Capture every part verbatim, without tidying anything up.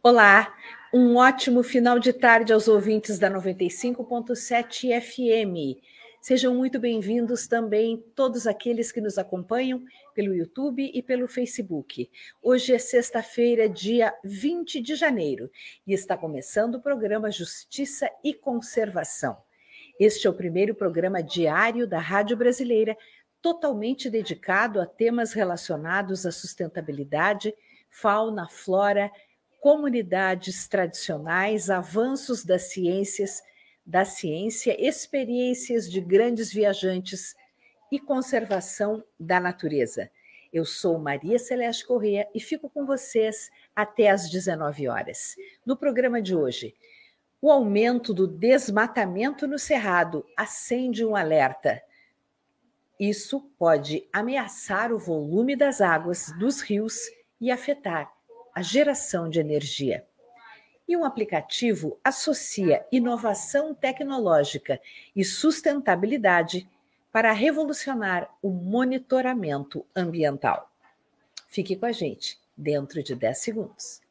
Olá, um ótimo final de tarde aos ouvintes da noventa e cinco ponto sete F M. Sejam muito bem-vindos também todos aqueles que nos acompanham pelo YouTube e pelo Facebook. Hoje é sexta-feira, dia vinte de janeiro, e está começando o programa Justiça e Conservação. Este é o primeiro programa diário da Rádio Brasileira, totalmente dedicado a temas relacionados à sustentabilidade, fauna, flora, comunidades tradicionais, avanços das ciências, da ciência, experiências de grandes viajantes e conservação da natureza. Eu sou Maria Celeste Corrêa e fico com vocês até às dezenove horas. No programa de hoje, o aumento do desmatamento no Cerrado acende um alerta. Isso pode ameaçar o volume das águas dos rios e afetar a geração de energia. E um aplicativo associa inovação tecnológica e sustentabilidade para revolucionar o monitoramento ambiental. Fique com a gente dentro de dez segundos.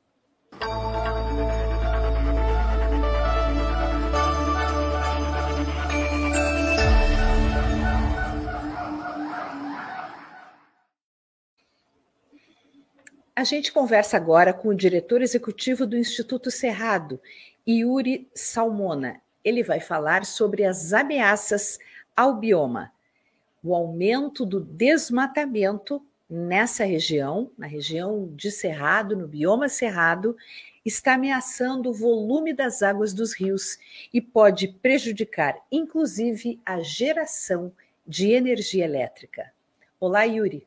A gente conversa agora com o diretor executivo do Instituto Cerrado, Yuri Salmona. Ele vai falar sobre as ameaças ao bioma, o aumento do desmatamento nessa região, na região de Cerrado, no bioma Cerrado, está ameaçando o volume das águas dos rios e pode prejudicar, inclusive, a geração de energia elétrica. Olá, Yuri.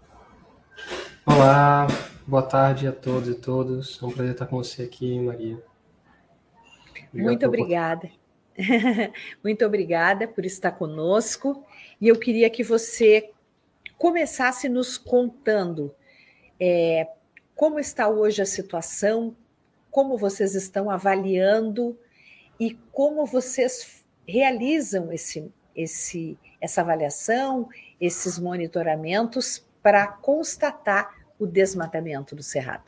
Olá, boa tarde a todos e todas. É um prazer estar com você aqui, Maria. Obrigado. Muito obrigada. Muito obrigada por estar conosco. E eu queria que você começasse nos contando é, como está hoje a situação, como vocês estão avaliando e como vocês realizam esse, esse, essa avaliação, esses monitoramentos para constatar o desmatamento do Cerrado.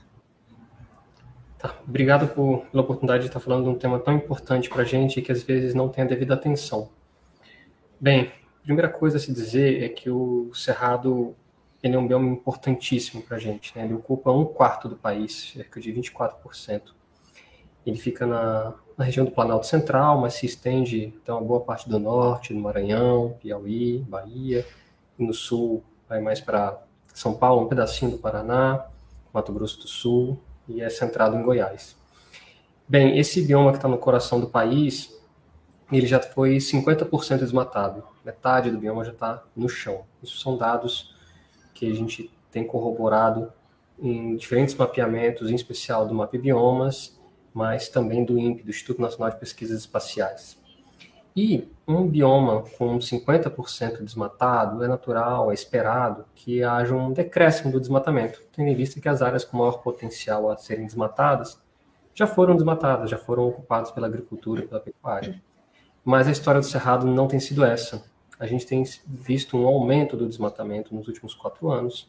Tá. Obrigado por, pela oportunidade de estar falando de um tema tão importante para a gente e que às vezes não tem a devida atenção. Bem, a primeira coisa a se dizer é que o Cerrado ele é um bioma importantíssimo para a gente, né? Ele ocupa um quarto do país, cerca de vinte e quatro por cento. Ele fica na, na região do Planalto Central, mas se estende até uma boa parte do norte, do Maranhão, Piauí, Bahia, e no sul vai mais para São Paulo, um pedacinho do Paraná, Mato Grosso do Sul, e é centrado em Goiás. Bem, esse bioma que está no coração do país, ele já foi cinquenta por cento desmatado. Metade do bioma já está no chão. Isso são dados que a gente tem corroborado em diferentes mapeamentos, em especial do MapBiomas, mas também do INPE, do Instituto Nacional de Pesquisas Espaciais. E um bioma com cinquenta por cento desmatado, é natural, é esperado que haja um decréscimo do desmatamento, tendo em vista que as áreas com maior potencial a serem desmatadas já foram desmatadas, já foram ocupadas pela agricultura e pela pecuária. Mas a história do Cerrado não tem sido essa. A gente tem visto um aumento do desmatamento nos últimos quatro anos,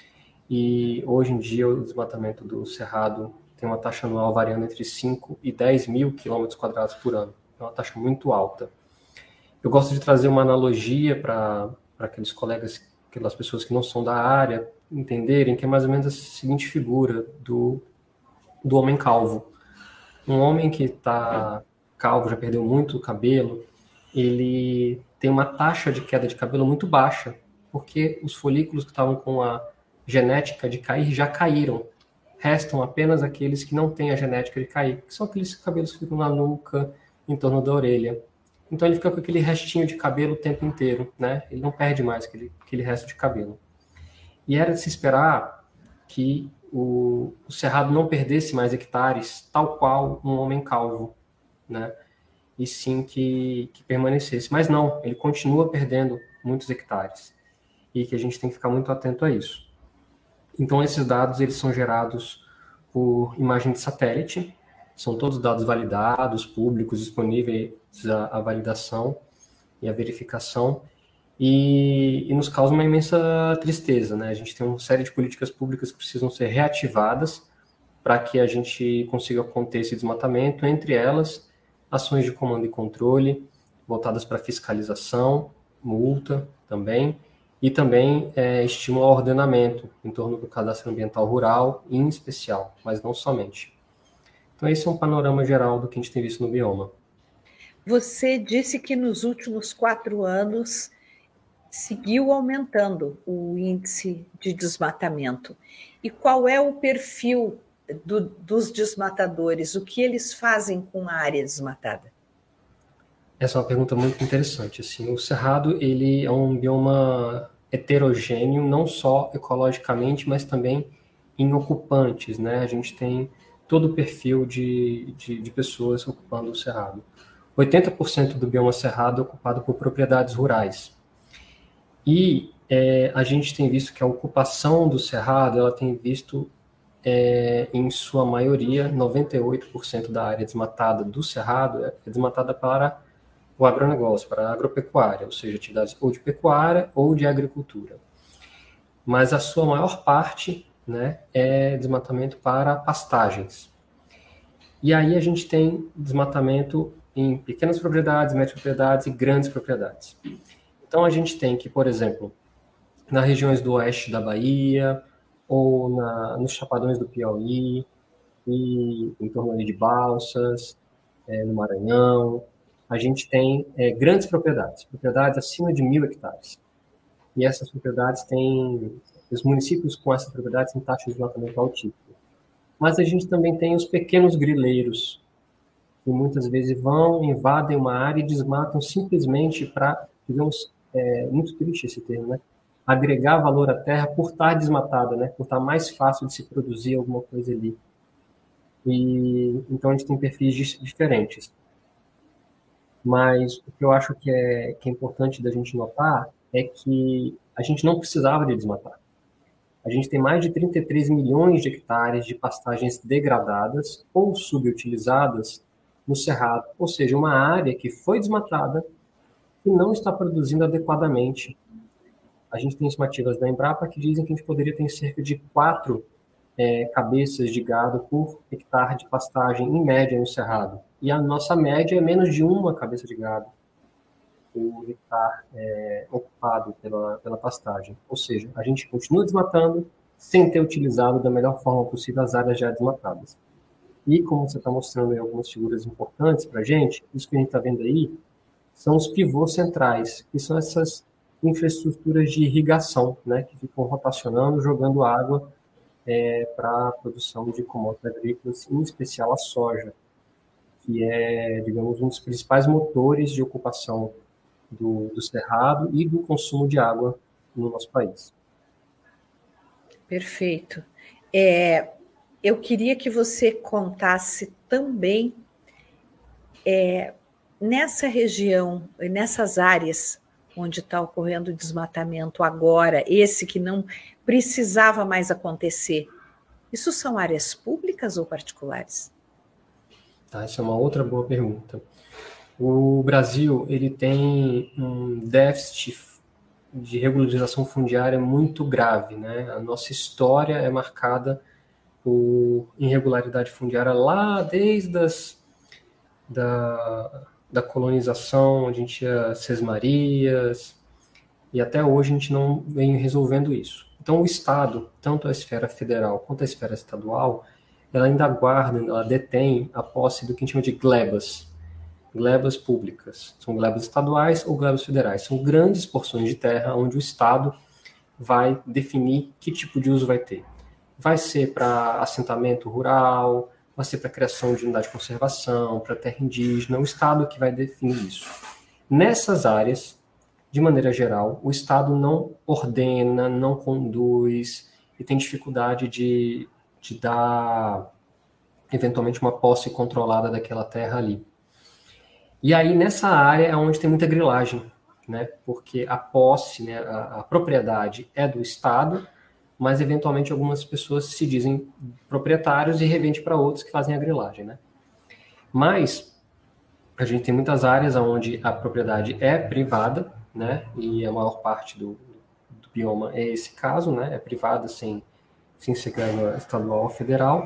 e hoje em dia o desmatamento do Cerrado tem uma taxa anual variando entre cinco e dez mil quilômetros quadrados por ano. É uma taxa muito alta. Eu gosto de trazer uma analogia para aqueles colegas, aquelas pessoas que não são da área, entenderem que é mais ou menos a seguinte figura do, do homem calvo. Um homem que está calvo, já perdeu muito cabelo, ele tem uma taxa de queda de cabelo muito baixa, porque os folículos que estavam com a genética de cair já caíram. Restam apenas aqueles que não têm a genética de cair, que são aqueles cabelos que ficam na nuca, em torno da orelha. Então ele fica com aquele restinho de cabelo o tempo inteiro, né? Ele não perde mais aquele, aquele resto de cabelo. E era de se esperar que o, o Cerrado não perdesse mais hectares, tal qual um homem calvo, né? E sim que, que permanecesse. Mas não, ele continua perdendo muitos hectares. E que a gente tem que ficar muito atento a isso. Então esses dados eles são gerados por imagem de satélite. São todos dados validados, públicos, disponíveis à, à validação e à verificação, e, e nos causa uma imensa tristeza, né? A gente tem uma série de políticas públicas que precisam ser reativadas para que a gente consiga conter esse desmatamento, entre elas, ações de comando e controle, voltadas para fiscalização, multa também, e também é, estímulo ao ordenamento em torno do cadastro ambiental rural, em especial, mas não somente. Então, esse é um panorama geral do que a gente tem visto no bioma. Você disse que nos últimos quatro anos seguiu aumentando o índice de desmatamento. E qual é o perfil do, dos desmatadores? O que eles fazem com a área desmatada? Essa é uma pergunta muito interessante. Assim, o Cerrado ele é um bioma heterogêneo, não só ecologicamente, mas também em ocupantes, né? A gente tem todo o perfil de, de, de pessoas ocupando o Cerrado. oitenta por cento do bioma Cerrado é ocupado por propriedades rurais. E é, a gente tem visto que a ocupação do Cerrado, ela tem visto, é, em sua maioria, noventa e oito por cento da área desmatada do Cerrado é desmatada para o agronegócio, para a agropecuária, ou seja, atividades ou de pecuária ou de agricultura. Mas a sua maior parte, né, é desmatamento para pastagens. E aí a gente tem desmatamento em pequenas propriedades, médias propriedades e grandes propriedades. Então a gente tem que, por exemplo, nas regiões do oeste da Bahia ou na, nos chapadões do Piauí e em torno ali de Balsas, é, no Maranhão, a gente tem é, grandes propriedades, propriedades acima de mil hectares. E essas propriedades têm, os municípios com essas propriedades têm taxas de desmatamento altíssimas. Mas a gente também tem os pequenos grileiros, que muitas vezes vão, invadem uma área e desmatam simplesmente para, digamos, é muito triste esse termo, né? Agregar valor à terra por estar desmatada, né? Por estar mais fácil de se produzir alguma coisa ali. E então a gente tem perfis diferentes. Mas o que eu acho que é, que é importante da gente notar é que a gente não precisava de desmatar. A gente tem mais de trinta e três milhões de hectares de pastagens degradadas ou subutilizadas no Cerrado, ou seja, uma área que foi desmatada e não está produzindo adequadamente. A gente tem estimativas da Embrapa que dizem que a gente poderia ter cerca de quatro é, cabeças de gado por hectare de pastagem, em média, no Cerrado. E a nossa média é menos de uma cabeça de gado por hectare é, ocupado pela, pela pastagem. Ou seja, a gente continua desmatando sem ter utilizado da melhor forma possível as áreas já desmatadas. E como você está mostrando aí algumas figuras importantes para a gente, isso que a gente está vendo aí são os pivôs centrais, que são essas infraestruturas de irrigação, né, que ficam rotacionando, jogando água é, para a produção de commodities agrícolas, em especial a soja, que é, digamos, um dos principais motores de ocupação do, do Cerrado e do consumo de água no nosso país. Perfeito. É, eu queria que você contasse também é, nessa região, nessas áreas onde está ocorrendo o desmatamento agora, esse que não precisava mais acontecer, isso são áreas públicas ou particulares? Tá, essa é uma outra boa pergunta. O Brasil ele tem um déficit de regularização fundiária muito grave, né? A nossa história é marcada por irregularidade fundiária lá desde as, da, da colonização, onde a gente tinha sesmarias, e até hoje a gente não vem resolvendo isso. Então o Estado, tanto a esfera federal quanto a esfera estadual, ela ainda guarda, ela detém a posse do que a gente chama de glebas, glebas públicas. São glebas estaduais ou glebas federais. São grandes porções de terra onde o Estado vai definir que tipo de uso vai ter. Vai ser para assentamento rural, vai ser para criação de unidade de conservação, para terra indígena, o Estado que vai definir isso. Nessas áreas, de maneira geral, o Estado não ordena, não conduz e tem dificuldade de, de dar, eventualmente, uma posse controlada daquela terra ali. E aí, nessa área é onde tem muita grilagem, né? Porque a posse, né, a, a propriedade é do Estado, mas, eventualmente, algumas pessoas se dizem proprietários e revendem para outros que fazem a grilagem, né? Mas a gente tem muitas áreas onde a propriedade é privada, né? E a maior parte do, do bioma é esse caso, né? É privada sem, sem ser estadual ou federal.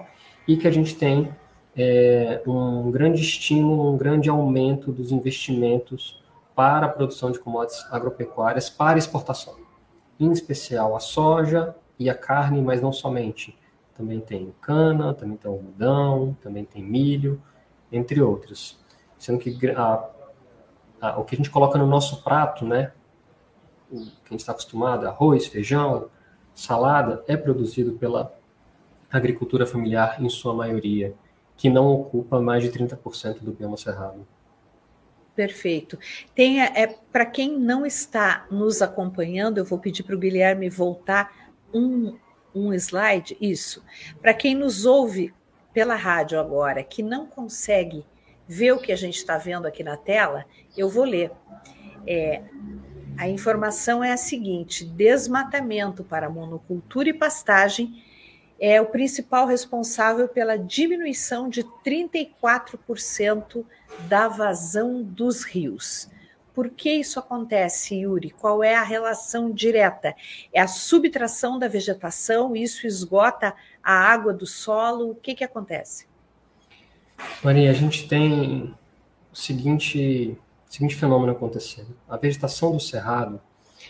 e que a gente tem é, um grande estímulo, um grande aumento dos investimentos para a produção de commodities agropecuárias para exportação, em especial a soja e a carne, mas não somente. Também tem cana, também tem algodão, também tem milho, entre outros. Sendo que a, a, o que a gente coloca no nosso prato, né, o que a gente está acostumado, arroz, feijão, salada, é produzido pela agricultura familiar em sua maioria, que não ocupa mais de trinta por cento do bioma cerrado. Perfeito. Tem, é, para quem não está nos acompanhando, eu vou pedir para o Guilherme voltar um, um slide, isso. Para quem nos ouve pela rádio agora, que não consegue ver o que a gente está vendo aqui na tela, eu vou ler. É, a informação é a seguinte: desmatamento para monocultura e pastagem é o principal responsável pela diminuição de trinta e quatro por cento da vazão dos rios. Por que isso acontece, Yuri? Qual é a relação direta? É a subtração da vegetação, isso esgota a água do solo? O que, que acontece? Maria, a gente tem o seguinte, o seguinte fenômeno acontecendo. A vegetação do cerrado,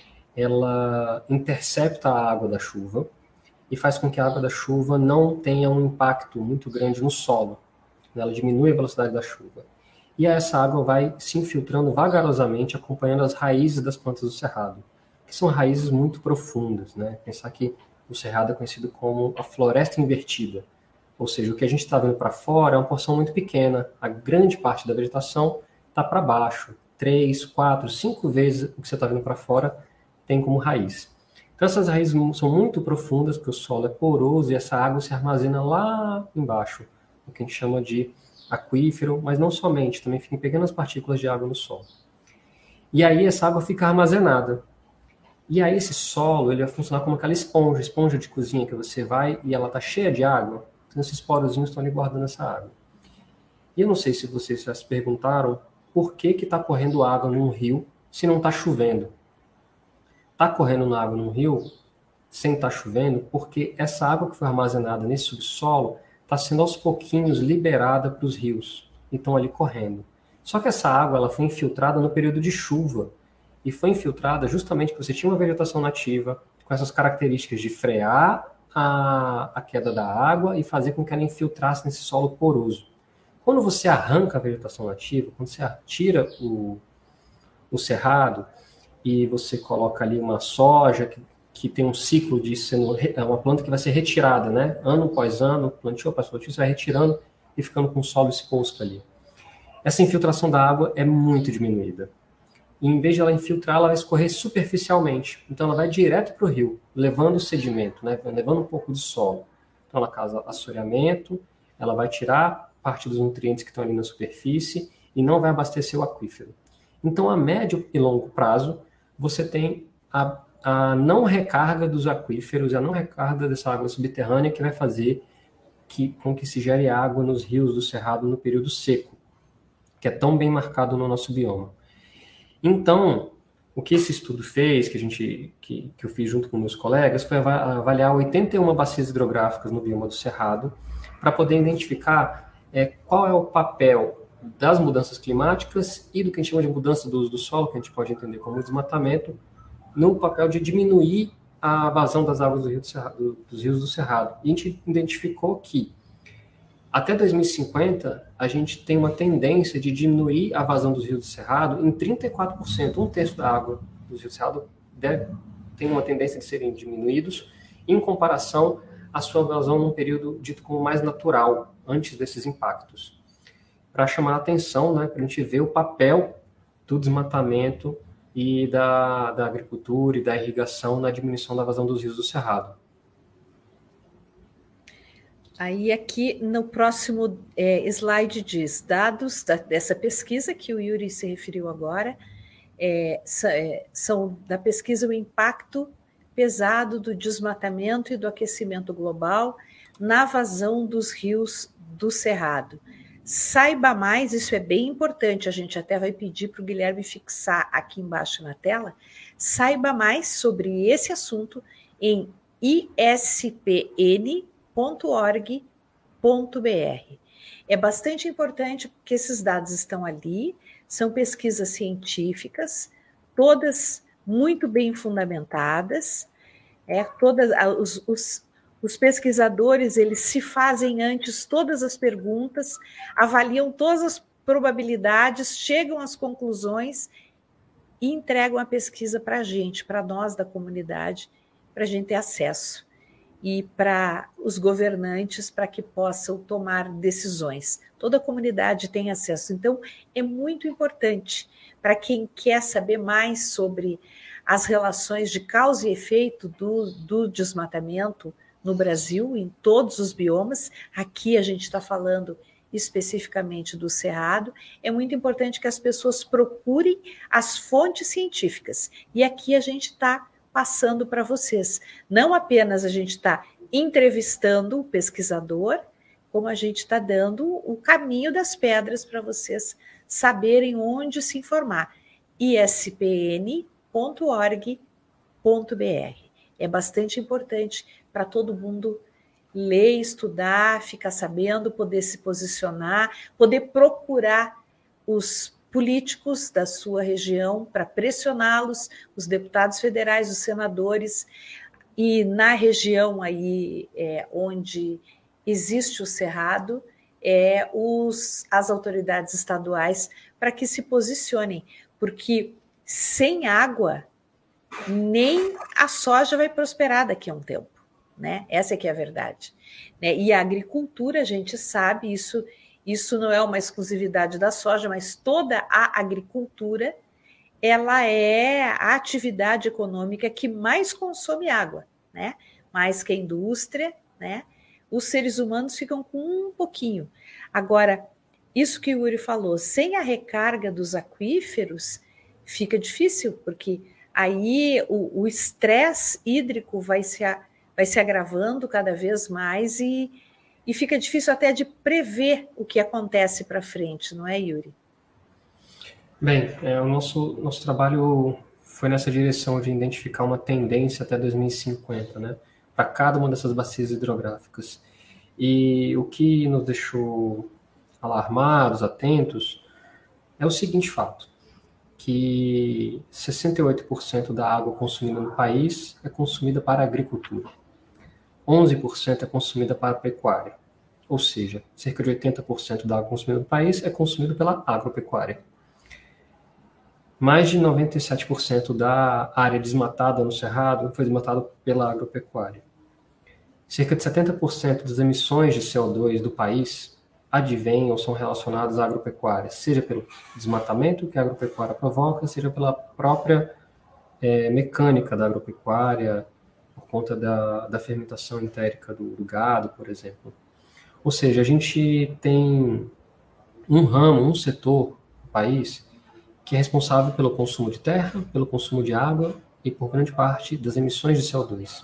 ela intercepta a água da chuva e faz com que a água da chuva não tenha um impacto muito grande no solo. Ela diminui a velocidade da chuva. E essa água vai se infiltrando vagarosamente, acompanhando as raízes das plantas do cerrado, que são raízes muito profundas, né? Pensar que o cerrado é conhecido como a floresta invertida. Ou seja, o que a gente está vendo para fora é uma porção muito pequena. A grande parte da vegetação está para baixo. Três, quatro, cinco vezes o que você está vendo para fora tem como raiz. Então, essas raízes são muito profundas, porque o solo é poroso e essa água se armazena lá embaixo, o que a gente chama de aquífero, mas não somente, também fica pegando as partículas de água no solo. E aí essa água fica armazenada. E aí esse solo ele vai funcionar como aquela esponja, esponja de cozinha que você vai e ela está cheia de água, então esses porozinhos estão ali guardando essa água. E eu não sei se vocês já se perguntaram por que que está correndo água num rio se não está chovendo. Está correndo na água num rio sem estar chovendo, porque essa água que foi armazenada nesse subsolo está sendo aos pouquinhos liberada para os rios e estão ali correndo. Só que essa água ela foi infiltrada no período de chuva e foi infiltrada justamente porque você tinha uma vegetação nativa com essas características de frear a, a queda da água e fazer com que ela infiltrasse nesse solo poroso. Quando você arranca a vegetação nativa, quando você tira o, o cerrado, e você coloca ali uma soja que, que tem um ciclo de sendo é uma planta que vai ser retirada, né? Ano após ano, plantio após plantio, você vai retirando e ficando com o solo exposto ali. Essa infiltração da água é muito diminuída. E em vez de ela infiltrar, ela vai escorrer superficialmente. Então ela vai direto para o rio, levando o sedimento, né? Levando um pouco de solo. Então ela causa assoreamento, ela vai tirar parte dos nutrientes que estão ali na superfície e não vai abastecer o aquífero. Então a médio e longo prazo, você tem a, a não recarga dos aquíferos, a não recarga dessa água subterrânea que vai fazer que, com que se gere água nos rios do cerrado no período seco, que é tão bem marcado no nosso bioma. Então, o que esse estudo fez, que, a gente, que, que eu fiz junto com meus colegas, foi avaliar oitenta e uma bacias hidrográficas no bioma do cerrado, para poder identificar é, qual é o papel das mudanças climáticas e do que a gente chama de mudança do uso do solo, que a gente pode entender como desmatamento, no papel de diminuir a vazão das águas do rio do Cerrado, dos rios do Cerrado. E a gente identificou que até dois mil e cinquenta a gente tem uma tendência de diminuir a vazão dos rios do Cerrado em trinta e quatro por cento. Um terço da água dos rios do Cerrado deve, tem uma tendência de serem diminuídos em comparação à sua vazão num período dito como mais natural, antes desses impactos. Para chamar a atenção, né, para a gente ver o papel do desmatamento e da, da agricultura e da irrigação na diminuição da vazão dos rios do Cerrado. Aí aqui no próximo é, slide diz, dados da, dessa pesquisa que o Yuri se referiu agora, é, são da pesquisa o impacto pesado do desmatamento e do aquecimento global na vazão dos rios do Cerrado. Saiba mais, isso é bem importante, a gente até vai pedir para o Guilherme fixar aqui embaixo na tela, saiba mais sobre esse assunto em I S P N ponto org ponto b r. É bastante importante porque esses dados estão ali, são pesquisas científicas, todas muito bem fundamentadas, é, todas, os, os, os pesquisadores, eles se fazem antes todas as perguntas, avaliam todas as probabilidades, chegam às conclusões e entregam a pesquisa para a gente, para nós da comunidade, para a gente ter acesso e para os governantes, para que possam tomar decisões. Toda a comunidade tem acesso. Então, é muito importante para quem quer saber mais sobre as relações de causa e efeito do, do desmatamento no Brasil, em todos os biomas. Aqui a gente está falando especificamente do Cerrado. É muito importante que as pessoas procurem as fontes científicas. E aqui a gente está passando para vocês. Não apenas a gente está entrevistando o pesquisador, como a gente está dando o caminho das pedras para vocês saberem onde se informar. I S P N ponto org ponto b r. É bastante importante para todo mundo ler, estudar, ficar sabendo, poder se posicionar, poder procurar os políticos da sua região para pressioná-los, os deputados federais, os senadores, e na região aí é, onde existe o Cerrado, é, os, as autoridades estaduais para que se posicionem, porque sem água nem a soja vai prosperar daqui a um tempo, né? Essa é que é a verdade, né? E a agricultura, a gente sabe, isso Isso não é uma exclusividade da soja, mas toda a agricultura, ela é a atividade econômica que mais consome água, né? Mais que a indústria, né? Os seres humanos ficam com um pouquinho. Agora, isso que o Yuri falou, sem a recarga dos aquíferos, fica difícil, porque aí o estresse hídrico vai se, vai se agravando cada vez mais e E fica difícil até de prever o que acontece para frente, não é, Yuri? Bem, é, o nosso, nosso trabalho foi nessa direção de identificar uma tendência até dois mil e cinquenta, né, para cada uma dessas bacias hidrográficas. E o que nos deixou alarmados, atentos, é o seguinte fato, que sessenta e oito por cento da água consumida no país é consumida para a agricultura. onze por cento é consumida para a pecuária, ou seja, cerca de oitenta por cento da água consumida no país é consumida pela agropecuária. Mais de noventa e sete por cento da área desmatada no Cerrado foi desmatada pela agropecuária. Cerca de setenta por cento das emissões de C O dois do país advêm ou são relacionadas à agropecuária, seja pelo desmatamento que a agropecuária provoca, seja pela própria é, mecânica da agropecuária, por conta da, da fermentação entérica do, do gado, por exemplo. Ou seja, a gente tem um ramo, um setor do país que é responsável pelo consumo de terra, pelo consumo de água e por grande parte das emissões de C O dois.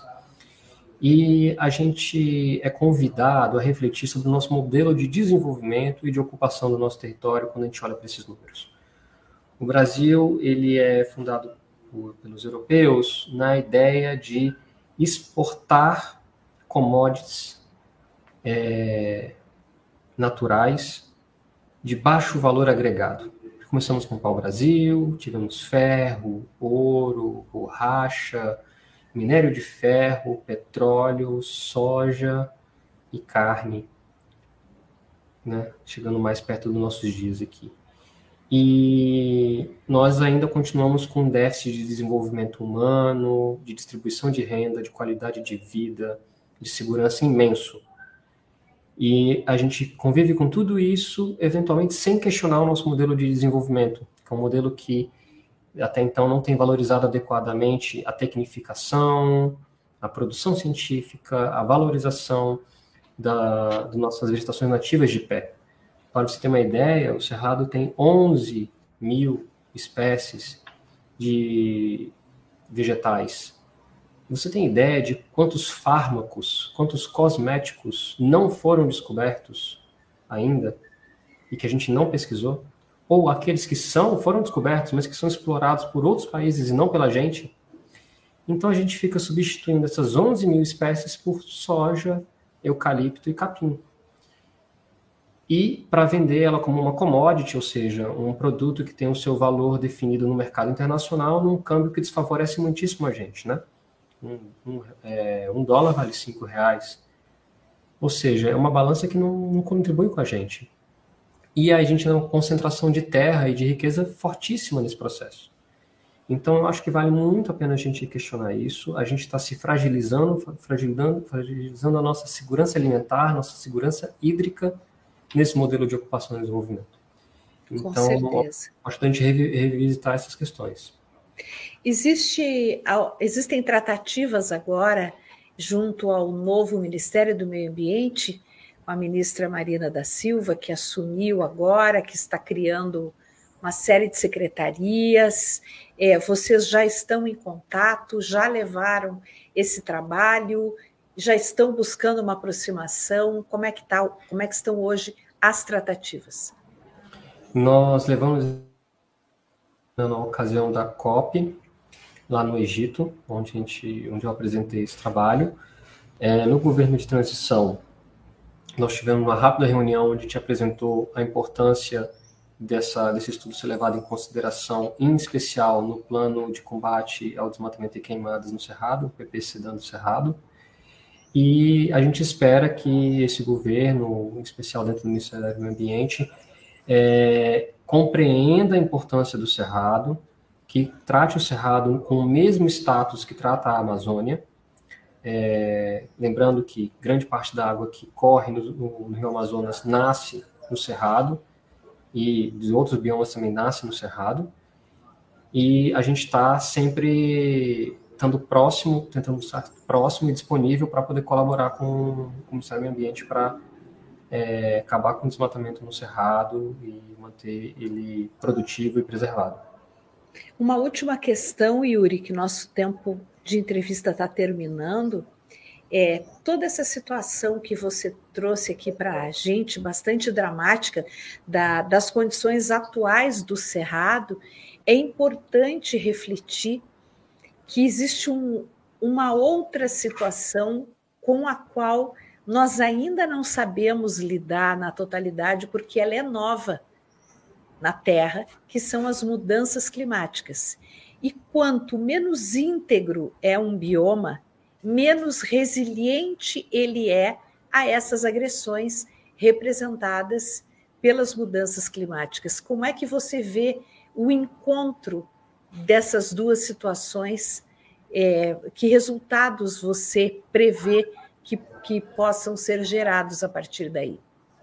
E a gente é convidado a refletir sobre o nosso modelo de desenvolvimento e de ocupação do nosso território quando a gente olha para esses números. O Brasil, ele é fundado por, pelos europeus na ideia de exportar commodities é, naturais de baixo valor agregado. Começamos com o pau-brasil, tivemos ferro, ouro, borracha, minério de ferro, petróleo, soja e carne, né? Chegando mais perto dos nossos dias aqui. E nós ainda continuamos com um déficit de desenvolvimento humano, de distribuição de renda, de qualidade de vida, de segurança imenso. E a gente convive com tudo isso, eventualmente, sem questionar o nosso modelo de desenvolvimento, que é um modelo que até então não tem valorizado adequadamente a tecnificação, a produção científica, a valorização da, das nossas vegetações nativas de pé. Para você ter uma ideia, o Cerrado tem onze mil espécies de vegetais. Você tem ideia de quantos fármacos, quantos cosméticos não foram descobertos ainda e que a gente não pesquisou? Ou aqueles que são, foram descobertos, mas que são explorados por outros países e não pela gente? Então a gente fica substituindo essas onze mil espécies por soja, eucalipto e capim. e para vender ela como uma commodity, ou seja, um produto que tem o seu valor definido no mercado internacional, num câmbio que desfavorece muitíssimo a gente, né? Um, um, é, um dólar vale cinco reais, ou seja, é uma balança que não, não contribui com a gente. E a gente tem uma concentração de terra e de riqueza fortíssima nesse processo. Então, eu acho que vale muito a pena a gente questionar isso. A gente está se fragilizando, fragilizando, fragilizando a nossa segurança alimentar, nossa segurança hídrica nesse modelo de ocupação e desenvolvimento. Com então, certeza. Acho que a gente revisitar essas questões. Existe, existem tratativas agora, junto ao novo Ministério do Meio Ambiente, com a ministra Marina da Silva, que assumiu agora, que está criando uma série de secretarias. É, vocês já estão em contato, já levaram esse trabalho, já estão buscando uma aproximação? Como é que tá, como é que estão hoje as tratativas? Nós levamos na ocasião da COP, lá no Egito, onde, a gente, onde eu apresentei esse trabalho. É, no governo de transição, nós tivemos uma rápida reunião onde a gente apresentou a importância dessa, desse estudo ser levado em consideração, em especial no plano de combate ao desmatamento e queimadas no Cerrado, o P P C do Cerrado. E a gente espera que esse governo, em especial dentro do Ministério do Meio Ambiente, é, compreenda a importância do Cerrado, que trate o Cerrado com o mesmo status que trata a Amazônia, é, lembrando que grande parte da água que corre no, no, no Rio Amazonas nasce no Cerrado, e de outros biomas também nascem no Cerrado, e a gente está sempre estando próximo, tentando estar próximo e disponível para poder colaborar com o Ministério do Meio Ambiente para é, acabar com o desmatamento no Cerrado e manter ele produtivo e preservado. Uma última questão, Yuri, que nosso tempo de entrevista está terminando, é toda essa situação que você trouxe aqui para a gente, bastante dramática, da, das condições atuais do Cerrado. É importante refletir que existe um, uma outra situação com a qual nós ainda não sabemos lidar na totalidade, porque ela é nova na Terra, que são as mudanças climáticas. E quanto menos íntegro é um bioma, menos resiliente ele é a essas agressões representadas pelas mudanças climáticas. Como é que você vê o encontro dessas duas situações? É, que resultados você prevê que, que possam ser gerados a partir daí?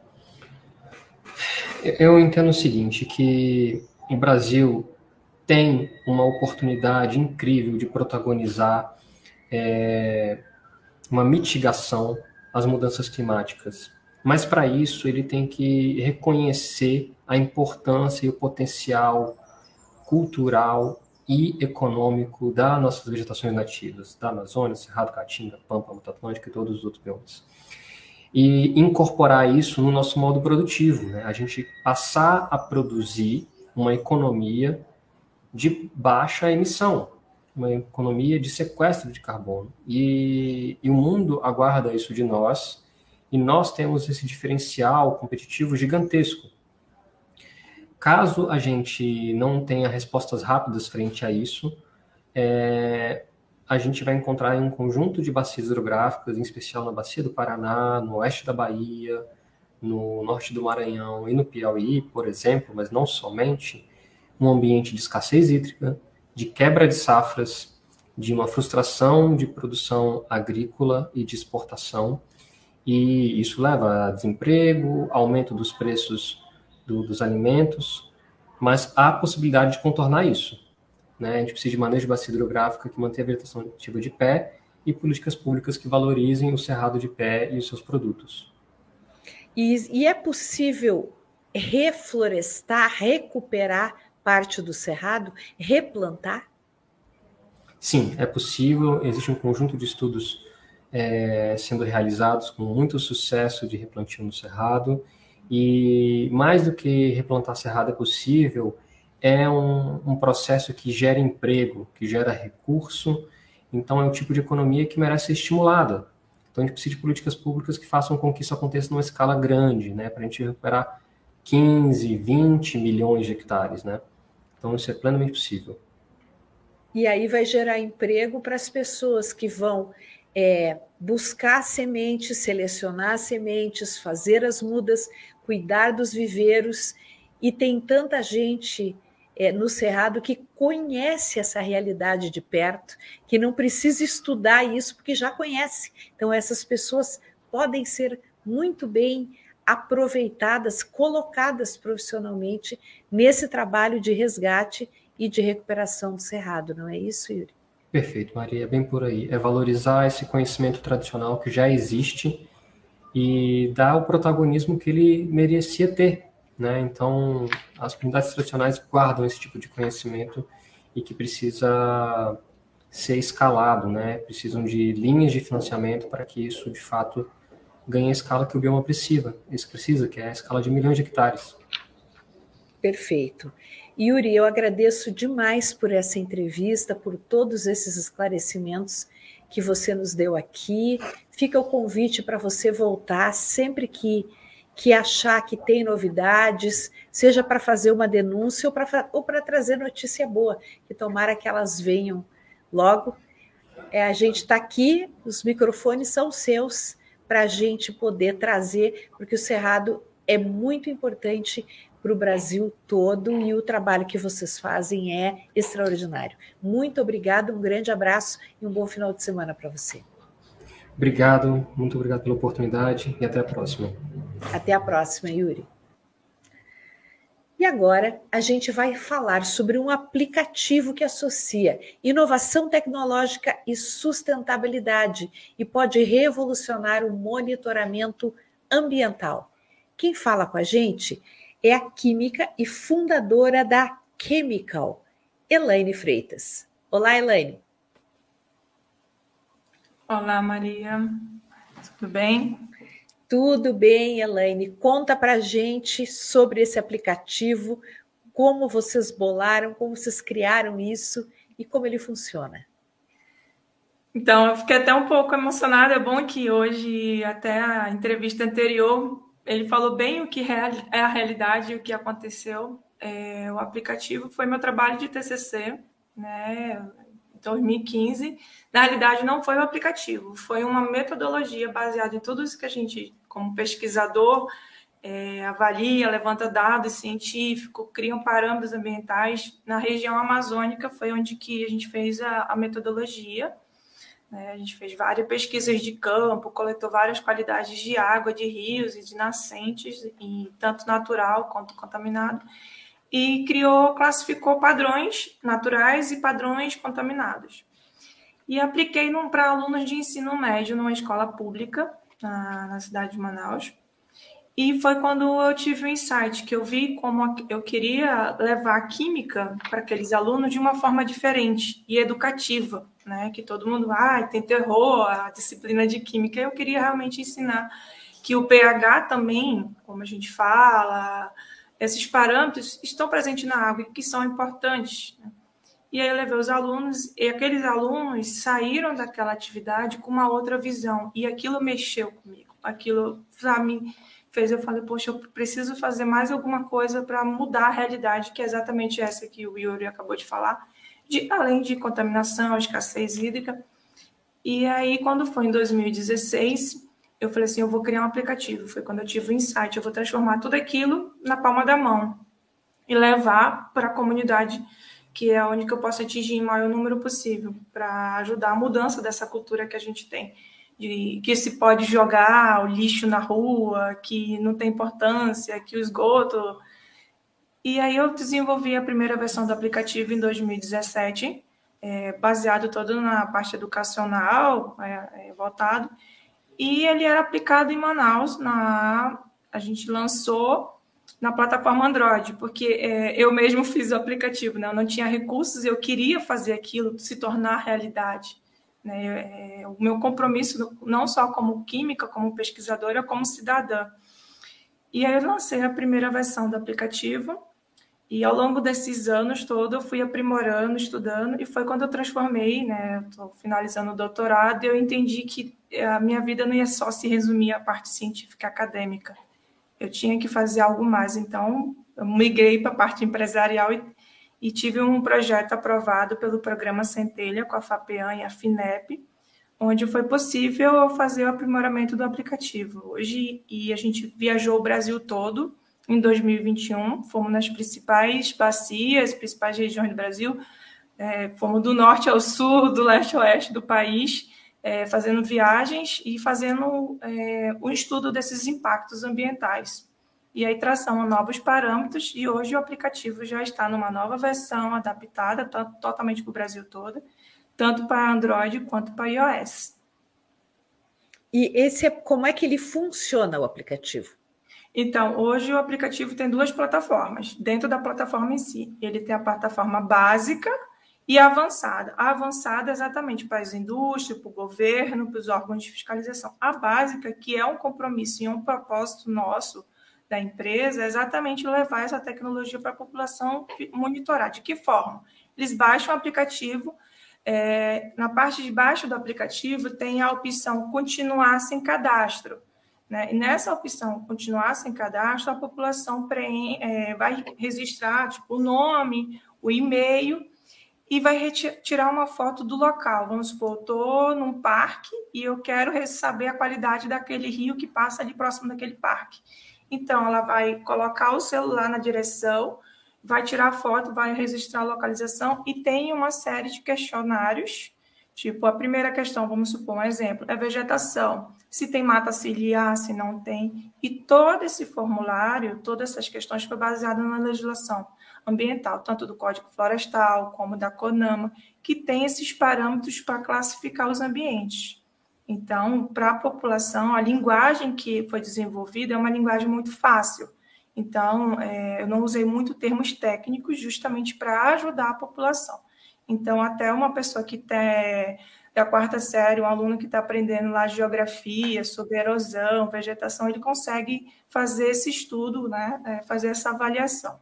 Eu entendo o seguinte, que o Brasil tem uma oportunidade incrível de protagonizar é, uma mitigação às mudanças climáticas. Mas, para isso, ele tem que reconhecer a importância e o potencial cultural e econômico das nossas vegetações nativas, da Amazônia, Cerrado, Caatinga, Pampa, Mata Atlântica e todos os outros biomas. E incorporar isso no nosso modo produtivo, né? A gente passar a produzir uma economia de baixa emissão, uma economia de sequestro de carbono. E, e o mundo aguarda isso de nós, e nós temos esse diferencial competitivo gigantesco. Caso a gente não tenha respostas rápidas frente a isso, é, a gente vai encontrar um conjunto de bacias hidrográficas, em especial na Bacia do Paraná, no oeste da Bahia, no norte do Maranhão e no Piauí, por exemplo, mas não somente, um ambiente de escassez hídrica, de quebra de safras, de uma frustração de produção agrícola e de exportação, e isso leva a desemprego, aumento dos preços do, dos alimentos, mas há a possibilidade de contornar isso. Né? A gente precisa de manejo de bacia hidrográfica que mantenha a vegetação nativa de pé e políticas públicas que valorizem o cerrado de pé e os seus produtos. E, e é possível reflorestar, recuperar parte do cerrado, replantar? Sim, é possível. Existe um conjunto de estudos é, sendo realizados com muito sucesso de replantio no cerrado. E mais do que replantar cerrado é possível, é um, um processo que gera emprego, que gera recurso. Então é o tipo de economia que merece ser estimulada. Então, a gente precisa de políticas públicas que façam com que isso aconteça numa escala grande, né, para a gente recuperar quinze, vinte milhões de hectares, né? Então, isso é plenamente possível. E aí vai gerar emprego para as pessoas que vão é, buscar sementes, selecionar sementes, fazer as mudas, cuidar dos viveiros. E tem tanta gente é, no Cerrado que conhece essa realidade de perto, que não precisa estudar isso, porque já conhece. Então, essas pessoas podem ser muito bem aproveitadas, colocadas profissionalmente nesse trabalho de resgate e de recuperação do Cerrado, não é isso, Yuri? Perfeito, Maria, é bem por aí. É valorizar esse conhecimento tradicional que já existe e dar o protagonismo que ele merecia ter, né? Então, as comunidades tradicionais guardam esse tipo de conhecimento e que precisa ser escalado, né? Precisam de linhas de financiamento para que isso, de fato, ganhe a escala que o bioma precisa, isso precisa, que é a escala de milhões de hectares. Perfeito. Yuri, eu agradeço demais por essa entrevista, por todos esses esclarecimentos que você nos deu aqui. Fica o convite para você voltar sempre que, que achar que tem novidades, seja para fazer uma denúncia ou para ou para trazer notícia boa, que tomara que elas venham logo. É, a gente está aqui, os microfones são seus para a gente poder trazer, porque o Cerrado é muito importante para o Brasil todo e o trabalho que vocês fazem é extraordinário. Muito obrigado, um grande abraço e um bom final de semana para você. Obrigado, muito obrigado pela oportunidade e até a próxima. Até a próxima, Yuri. E agora a gente vai falar sobre um aplicativo que associa inovação tecnológica e sustentabilidade e pode revolucionar o monitoramento ambiental. Quem fala com a gente é a química e fundadora da Chemical, Elaine Freitas. Olá, Elaine. Olá, Maria. Tudo bem? Tudo bem, Elaine. Conta para a gente sobre esse aplicativo, como vocês bolaram, como vocês criaram isso e como ele funciona. Então, eu fiquei até um pouco emocionada. É bom que hoje, até a entrevista anterior, ele falou bem o que é a realidade e o que aconteceu. É, o aplicativo foi meu trabalho de T C C, né, em dois mil e quinze. Na realidade, não foi o aplicativo, foi uma metodologia baseada em tudo isso que a gente, como pesquisador, é, avalia, levanta dados científicos, criam parâmetros ambientais. Na região amazônica foi onde que a gente fez a, a metodologia. A gente fez várias pesquisas de campo, coletou várias qualidades de água, de rios e de nascentes, e tanto natural quanto contaminado, e criou, classificou padrões naturais e padrões contaminados. E apliquei para alunos de ensino médio numa escola pública, na, na cidade de Manaus. E foi quando eu tive o insight, que eu vi como eu queria levar a química para aqueles alunos de uma forma diferente e educativa, né? Que todo mundo, ah, tem terror, a disciplina de química. Eu queria realmente ensinar que o pH também, como a gente fala, esses parâmetros estão presentes na água e que são importantes, né? E aí eu levei os alunos, e aqueles alunos saíram daquela atividade com uma outra visão, e aquilo mexeu comigo, aquilo, para mim, fez eu falei, poxa, eu preciso fazer mais alguma coisa para mudar a realidade, que é exatamente essa que o Yuri acabou de falar, de, além de contaminação, escassez hídrica. E aí, quando foi em dois mil e dezesseis, eu falei assim, eu vou criar um aplicativo. Foi quando eu tive o insight, eu vou transformar tudo aquilo na palma da mão e levar para a comunidade, que é onde que eu posso atingir o maior número possível, para ajudar a mudança dessa cultura que a gente tem. De que se pode jogar o lixo na rua, que não tem importância, que o esgoto... E aí eu desenvolvi a primeira versão do aplicativo em dois mil e dezessete, é, baseado todo na parte educacional, é, é, voltado, e ele era aplicado em Manaus, na, a gente lançou na plataforma Android, porque é, eu mesmo fiz o aplicativo, né? Eu não tinha recursos, eu queria fazer aquilo se tornar realidade. Né? O meu compromisso, não só como química, como pesquisadora, como cidadã. E aí eu lancei a primeira versão do aplicativo, e ao longo desses anos todos eu fui aprimorando, estudando, e foi quando eu transformei, né? Estou finalizando o doutorado, e eu entendi que a minha vida não ia só se resumir à parte científica acadêmica. Eu tinha que fazer algo mais. Então, eu migrei para a parte empresarial e, e tive um projeto aprovado pelo Programa Centelha, com a FAPEAM e a FINEP, onde foi possível fazer o aprimoramento do aplicativo. Hoje, e a gente viajou o Brasil todo em dois mil e vinte e um, fomos nas principais bacias, principais regiões do Brasil, é, fomos do norte ao sul, do leste ao oeste do país, é, fazendo viagens e fazendo é, o estudo desses impactos ambientais. E aí traçamos novos parâmetros, e hoje o aplicativo já está numa nova versão adaptada totalmente para o Brasil todo, tanto para Android quanto para iOS. E esse é, como é que ele funciona, o aplicativo? Então, hoje o aplicativo tem duas plataformas. Dentro da plataforma em si, ele tem a plataforma básica e a avançada. A avançada é exatamente para as indústrias, para o governo, para os órgãos de fiscalização. A básica, que é um compromisso e um propósito nosso da empresa, é exatamente levar essa tecnologia para a população monitorar. De que forma? Eles baixam o aplicativo. É, na parte de baixo do aplicativo tem a opção continuar sem cadastro, né? E nessa opção continuar sem cadastro, a população preen, é, vai registrar tipo, o nome, o e-mail e vai retirar uma foto do local. Vamos supor, eu estou num parque e eu quero saber a qualidade daquele rio que passa ali próximo daquele parque. Então, ela vai colocar o celular na direção, vai tirar a foto, vai registrar a localização e tem uma série de questionários. Tipo, a primeira questão, vamos supor um exemplo, é vegetação. Se tem mata ciliar, se não tem. E todo esse formulário, todas essas questões foi baseado na legislação ambiental, tanto do Código Florestal como da CONAMA, que tem esses parâmetros para classificar os ambientes. Então, para a população, a linguagem que foi desenvolvida é uma linguagem muito fácil. Então, é, eu não usei muito termos técnicos justamente para ajudar a população. Então, até uma pessoa que tem da quarta série, um aluno que está aprendendo lá geografia, sobre erosão, vegetação, ele consegue fazer esse estudo, né, é, fazer essa avaliação.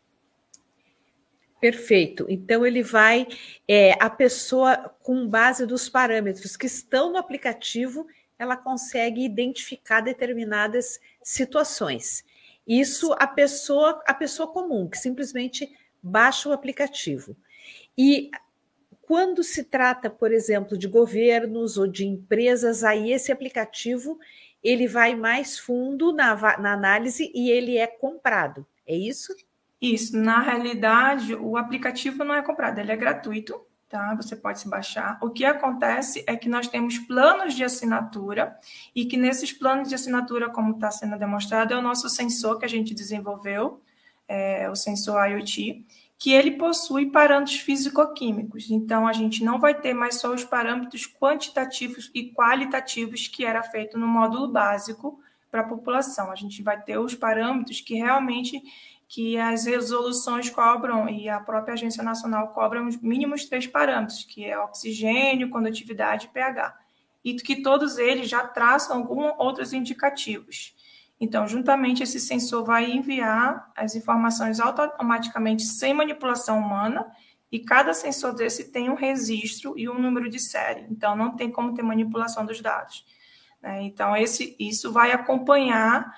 Perfeito. Então, ele vai, é, a pessoa, com base dos parâmetros que estão no aplicativo, ela consegue identificar determinadas situações. Isso a pessoa, a pessoa comum, que simplesmente baixa o aplicativo. E quando se trata, por exemplo, de governos ou de empresas, aí esse aplicativo ele vai mais fundo na, na análise e ele é comprado. É isso? Isso. Na realidade, o aplicativo não é comprado, ele é gratuito, tá? Você pode se baixar. O que acontece é que nós temos planos de assinatura e que nesses planos de assinatura, como está sendo demonstrado, é o nosso sensor que a gente desenvolveu, é, o sensor IoT, que ele possui parâmetros físico-químicos. Então, a gente não vai ter mais só os parâmetros quantitativos e qualitativos que era feito no módulo básico para a população. A gente vai ter os parâmetros que realmente que as resoluções cobram e a própria Agência Nacional cobram os mínimos três parâmetros, que é oxigênio, condutividade e pH. E que todos eles já traçam alguns outros indicativos. Então, juntamente, esse sensor vai enviar as informações automaticamente sem manipulação humana e cada sensor desse tem um registro e um número de série. Então, não tem como ter manipulação dos dados. Então, esse, isso vai acompanhar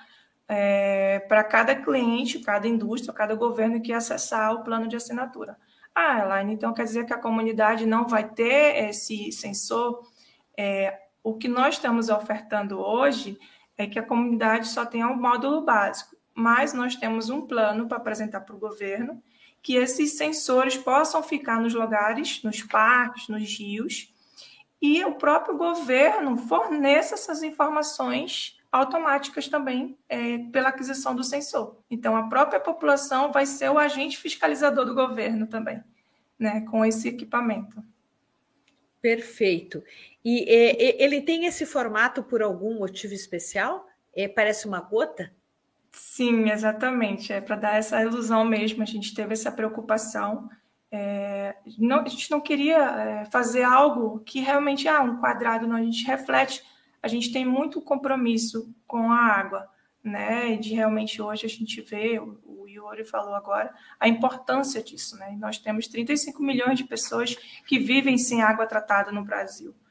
é, para cada cliente, cada indústria, cada governo que acessar o plano de assinatura. Ah, Elaine, então quer dizer que a comunidade não vai ter esse sensor? É, o que nós estamos ofertando hoje é que a comunidade só tenha um módulo básico, mas nós temos um plano para apresentar para o governo que esses sensores possam ficar nos lugares, nos parques, nos rios, e o próprio governo forneça essas informações automáticas também é, pela aquisição do sensor. Então, a própria população vai ser o agente fiscalizador do governo também, né, com esse equipamento. Perfeito. E é, ele tem esse formato por algum motivo especial? É, parece uma gota? Sim, exatamente. É para dar essa ilusão mesmo. A gente teve essa preocupação. É, não, a gente não queria é, fazer algo que realmente, ah, um quadrado, não, a gente reflete. A gente tem muito compromisso com a água, né? De realmente hoje a gente vê, o Yuri falou agora, a importância disso, né? Nós temos trinta e cinco milhões de pessoas que vivem sem água tratada no Brasil,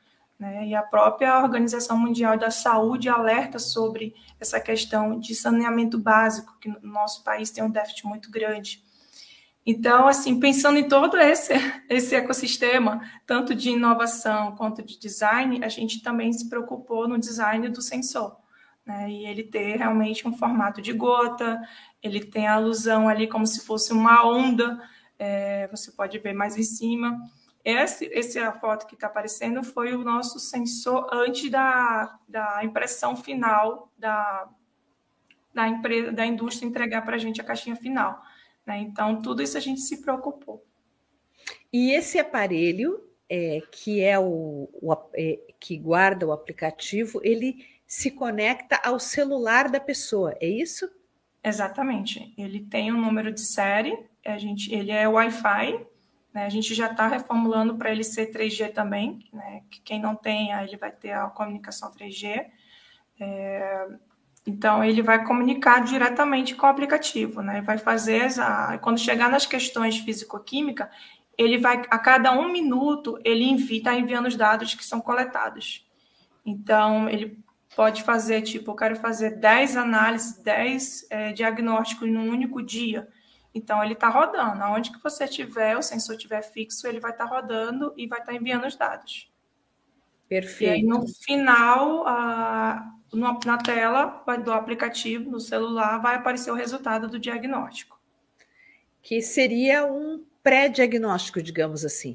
né? E a própria Organização Mundial da Saúde alerta sobre essa questão de saneamento básico, que no nosso país tem um déficit muito grande. Então, assim, pensando em todo esse, esse ecossistema, tanto de inovação quanto de design, a gente também se preocupou no design do sensor, né? E ele ter realmente um formato de gota, ele tem a alusão ali como se fosse uma onda, é, você pode ver mais em cima. Esse, essa foto que está aparecendo foi o nosso sensor antes da, da impressão final da, da, empresa, da indústria entregar para a gente a caixinha final. Né? Então, tudo isso a gente se preocupou. E esse aparelho, é, que, é o, o é, que guarda o aplicativo, ele se conecta ao celular da pessoa, é isso? Exatamente. Ele tem um número de série, a gente, ele é Wi-Fi, né? A gente já está reformulando para ele ser três G também, né? Que quem não tem, ele vai ter a comunicação três G. É... Então, ele vai comunicar diretamente com o aplicativo, né? Vai fazer essa... Quando chegar nas questões físico-química, ele vai, a cada um minuto, ele envia, está enviando os dados que são coletados. Então, ele pode fazer, tipo, eu quero fazer dez análises, dez é, diagnósticos num único dia. Então, ele está rodando. Aonde que você tiver, o sensor estiver fixo, ele vai estar tá rodando e vai estar tá enviando os dados. Perfeito. E aí, no final... A... na tela do aplicativo, no celular, vai aparecer o resultado do diagnóstico. Que seria um pré-diagnóstico, digamos assim.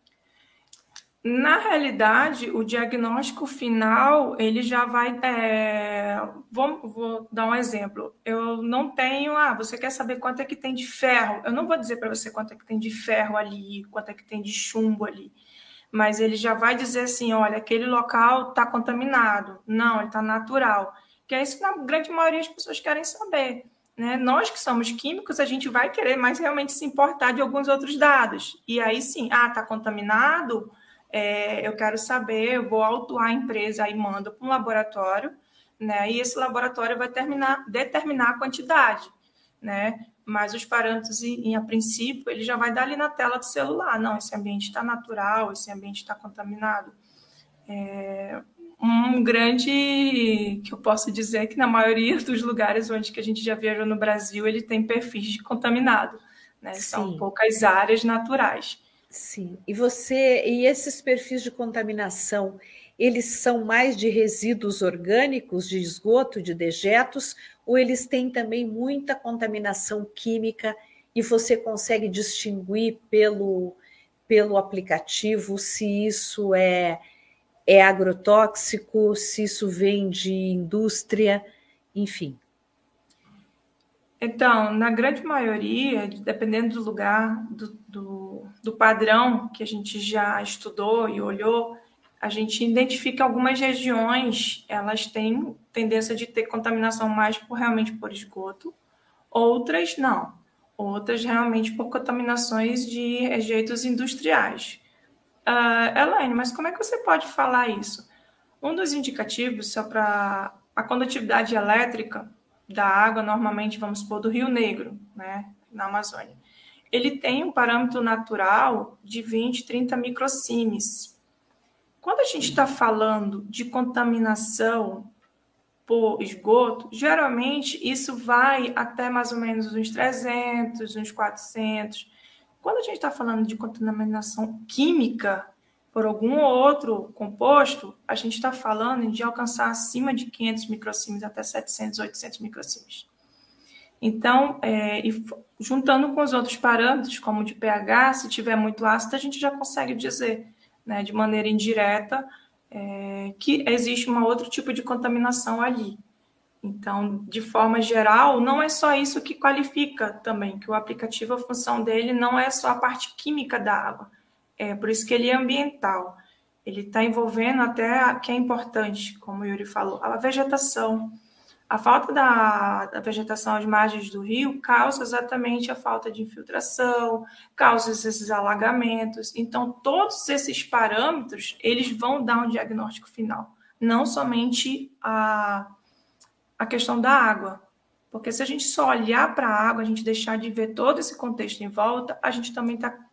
Na realidade, o diagnóstico final, ele já vai... É, vou, vou dar um exemplo. Eu não tenho... Ah, você quer saber quanto é que tem de ferro? Eu não vou dizer para você quanto é que tem de ferro ali, quanto é que tem de chumbo ali. Mas ele já vai dizer assim, olha, aquele local está contaminado. Não, ele está natural. Que é isso que a grande maioria das pessoas querem saber. Né? Nós que somos químicos, a gente vai querer mais realmente se importar de alguns outros dados. E aí sim, ah, está contaminado? É, eu quero saber, eu vou autuar a empresa e mando para um laboratório, né? E esse laboratório vai terminar, determinar a quantidade, né? Mas os parâmetros, em, a princípio, ele já vai dar ali na tela do celular. Não, esse ambiente está natural, esse ambiente está contaminado. É um grande, que eu posso dizer que na maioria dos lugares onde que a gente já viajou no Brasil, ele tem perfis de contaminado, né? São poucas áreas naturais. Sim. E você, e esses perfis de contaminação, eles são mais de resíduos orgânicos, de esgoto, de dejetos, ou eles têm também muita contaminação química e você consegue distinguir pelo, pelo aplicativo se isso é, é agrotóxico, se isso vem de indústria, enfim? Então, na grande maioria, dependendo do lugar, do, do, do padrão que a gente já estudou e olhou, a gente identifica algumas regiões, elas têm tendência de ter contaminação mais por, realmente por esgoto, outras não. Outras realmente por contaminações de rejeitos industriais. Uh, Elaine, mas como é que você pode falar isso? Um dos indicativos, só para a condutividade elétrica da água, normalmente, vamos supor, do Rio Negro, né, na Amazônia, ele tem um parâmetro natural de vinte, trinta microsiemens. Quando a gente está falando de contaminação por esgoto, geralmente isso vai até mais ou menos uns trezentos, uns quatrocentos. Quando a gente está falando de contaminação química por algum outro composto, a gente está falando de alcançar acima de quinhentos microsiemens até setecentos, oitocentos microsiemens. Então, é, e juntando com os outros parâmetros, como o de pH, se tiver muito ácido, a gente já consegue dizer, né, de maneira indireta, é, que existe um outro tipo de contaminação ali. Então, de forma geral, não é só isso que qualifica também, que o aplicativo, a função dele não é só a parte química da água. É por isso que ele é ambiental. Ele está envolvendo até, que é importante, como o Yuri falou, a vegetação. A falta da, da vegetação às margens do rio causa exatamente a falta de infiltração, causa esses alagamentos. Então, todos esses parâmetros, eles vão dar um diagnóstico final. Não somente a, a questão da água. Porque se a gente só olhar para a água, a gente deixar de ver todo esse contexto em volta, a gente também está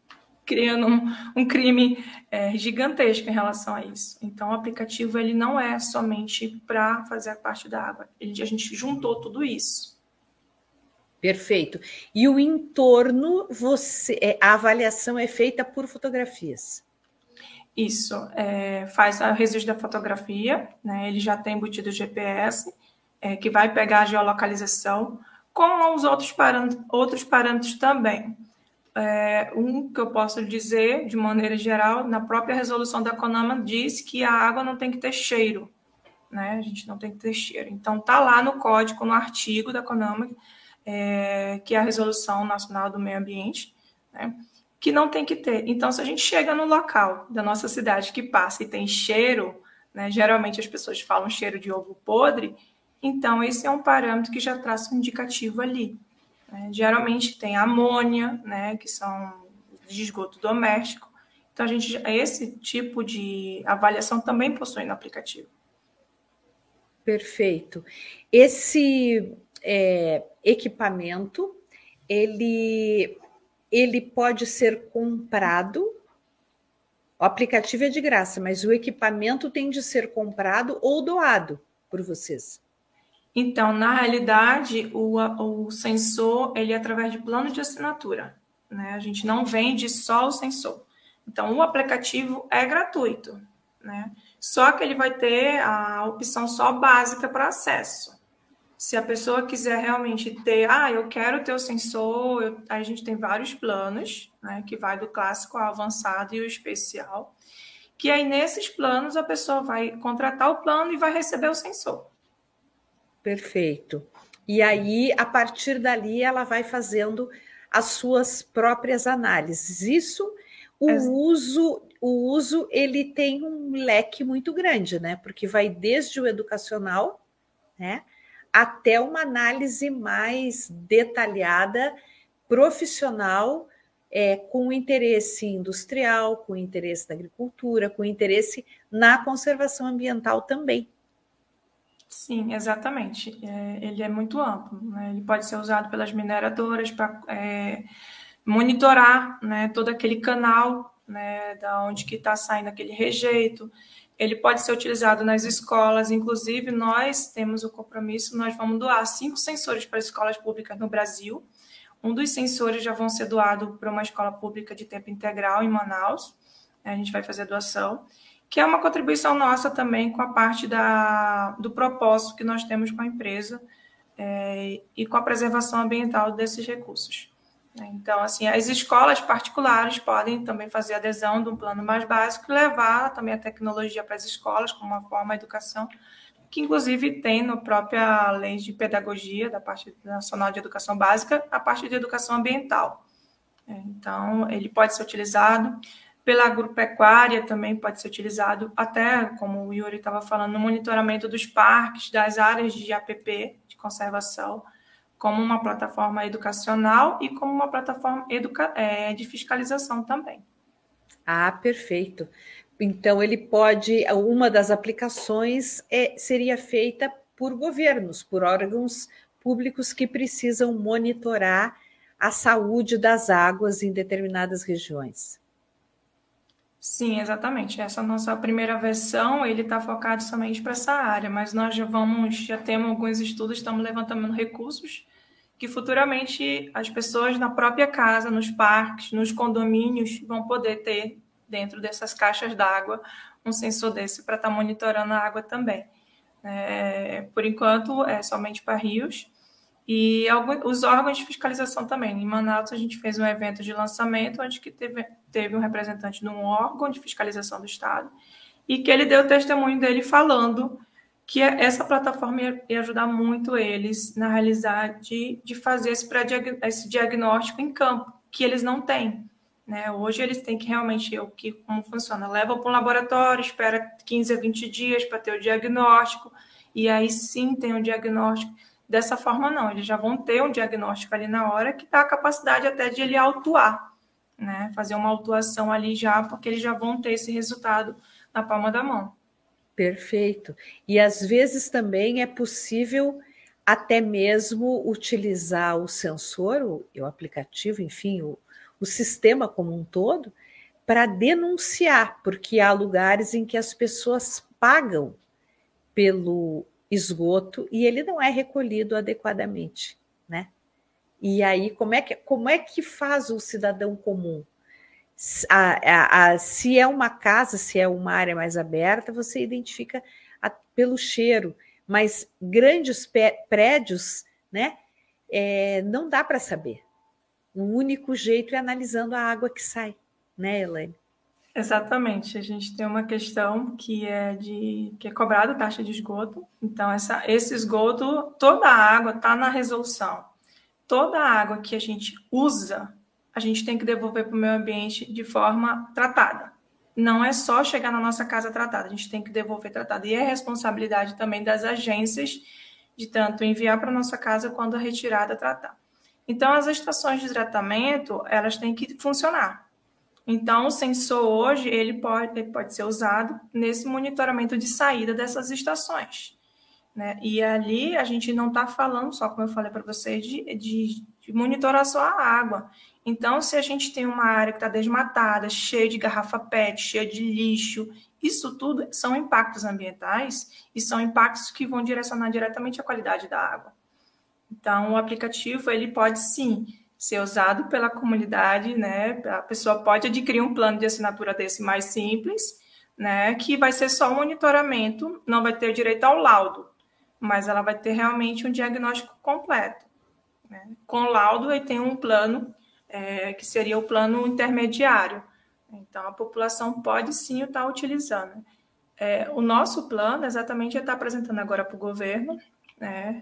criando um, um crime é, gigantesco em relação a isso. Então, o aplicativo ele não é somente para fazer a parte da água. Ele, a gente juntou tudo isso. Perfeito. E o entorno, você, a avaliação é feita por fotografias? Isso. É, faz o registro da fotografia, né? Ele já tem embutido o G P S, é, que vai pegar a geolocalização, com os outros parâmetros, outros parâmetros também. É, um que eu posso dizer, de maneira geral, na própria resolução da CONAMA diz que a água não tem que ter cheiro, né? A gente não tem que ter cheiro. Então, está lá no código, no artigo da CONAMA, é, que é a Resolução Nacional do Meio Ambiente, né? Que não tem que ter. Então, se a gente chega no local da nossa cidade que passa e tem cheiro, né? Geralmente as pessoas falam cheiro de ovo podre, então esse é um parâmetro que já traz um indicativo ali. Né? Geralmente tem amônia, né, que são de esgoto doméstico. Então, a gente, esse tipo de avaliação também possui no aplicativo. Perfeito. Esse é, equipamento, ele, ele pode ser comprado, o aplicativo é de graça, mas o equipamento tem de ser comprado ou doado por vocês. Então, na realidade, o, o sensor, ele é através de plano de assinatura, né? A gente não vende só o sensor. Então, o aplicativo é gratuito, né? Só que ele vai ter a opção só básica para acesso. Se a pessoa quiser realmente ter, ah, eu quero ter o sensor, eu, a gente tem vários planos, né? Que vai do clássico ao avançado e o especial. Que aí, nesses planos, a pessoa vai contratar o plano e vai receber o sensor. Perfeito. E aí, a partir dali, ela vai fazendo as suas próprias análises. Isso, o é. uso, o uso, ele tem um leque muito grande, né? Porque vai desde o educacional, né, até uma análise mais detalhada, profissional, é, com interesse industrial, com interesse na agricultura, com interesse na conservação ambiental também. Sim, exatamente. É, ele é muito amplo, né? Ele pode ser usado pelas mineradoras para é, monitorar, né, todo aquele canal, né, da onde que está saindo aquele rejeito. Ele pode ser utilizado nas escolas, inclusive nós temos o compromisso, nós vamos doar cinco sensores para escolas públicas no Brasil. Um dos sensores já vão ser doado para uma escola pública de tempo integral em Manaus. A gente vai fazer a doação, que é uma contribuição nossa também com a parte da, do propósito que nós temos com a empresa é, e com a preservação ambiental desses recursos. Então, assim, as escolas particulares podem também fazer adesão de um plano mais básico e levar também a tecnologia para as escolas como uma forma de educação, que inclusive tem na própria lei de pedagogia da parte nacional de educação básica, a parte de educação ambiental. Então, ele pode ser utilizado pela agropecuária, também pode ser utilizado até, como o Yuri estava falando, no monitoramento dos parques, das áreas de A P P, de conservação, como uma plataforma educacional e como uma plataforma educa- é, de fiscalização também. Ah, perfeito. Então, ele pode, uma das aplicações é, seria feita por governos, por órgãos públicos que precisam monitorar a saúde das águas em determinadas regiões. Sim, exatamente. Essa nossa primeira versão, ele está focado somente para essa área, mas nós já vamos, já temos alguns estudos, estamos levantando recursos que futuramente as pessoas na própria casa, nos parques, nos condomínios, vão poder ter dentro dessas caixas d'água um sensor desse para estar tá monitorando a água também. É, por enquanto, é somente para rios. E alguns, os órgãos de fiscalização também. Em Manaus, a gente fez um evento de lançamento, onde que teve, teve um representante de um órgão de fiscalização do Estado, e que ele deu o testemunho dele falando que essa plataforma ia, ia ajudar muito eles na realidade de, de fazer esse, esse diagnóstico em campo, que eles não têm. Né? Hoje eles têm que realmente, o que, como funciona? Levam para um laboratório, espera quinze a vinte dias para ter o diagnóstico, e aí sim tem o diagnóstico. Dessa forma, não, eles já vão ter um diagnóstico ali na hora que dá a capacidade até de ele autuar, né? Fazer uma autuação ali já, porque eles já vão ter esse resultado na palma da mão. Perfeito. E às vezes também é possível até mesmo utilizar o sensor, o, o aplicativo, enfim, o, o sistema como um todo, para denunciar, porque há lugares em que as pessoas pagam pelo esgoto e ele não é recolhido adequadamente, né? E aí, como é que, como é que faz o cidadão comum? A, a, a, se é uma casa, se é uma área mais aberta, você identifica a, pelo cheiro, mas grandes pé, prédios, né, é, não dá para saber. O único jeito é analisando a água que sai, né, Elaine? Exatamente. A gente tem uma questão que é de que é cobrada taxa de esgoto. Então, essa, esse esgoto, toda a água está na resolução. Toda a água que a gente usa, a gente tem que devolver para o meio ambiente de forma tratada. Não é só chegar na nossa casa tratada, a gente tem que devolver tratada. E é responsabilidade também das agências de tanto enviar para a nossa casa quanto a retirada tratar. Então, as estações de tratamento, elas têm que funcionar. Então, o sensor hoje, ele pode, ele pode ser usado nesse monitoramento de saída dessas estações, né? E ali a gente não está falando só, como eu falei para vocês, de, de, de monitorar só a água. Então, se a gente tem uma área que está desmatada, cheia de garrafa pet, cheia de lixo, isso tudo são impactos ambientais e são impactos que vão direcionar diretamente a qualidade da água. Então, o aplicativo, ele pode sim ser usado pela comunidade, né? A pessoa pode adquirir um plano de assinatura desse mais simples, né? Que vai ser só um monitoramento, não vai ter direito ao laudo, mas ela vai ter realmente um diagnóstico completo, né? Com o laudo, aí tem um plano, é, que seria o plano intermediário. Então, a população pode sim estar utilizando. É, o nosso plano, exatamente, está apresentando agora para o governo, né?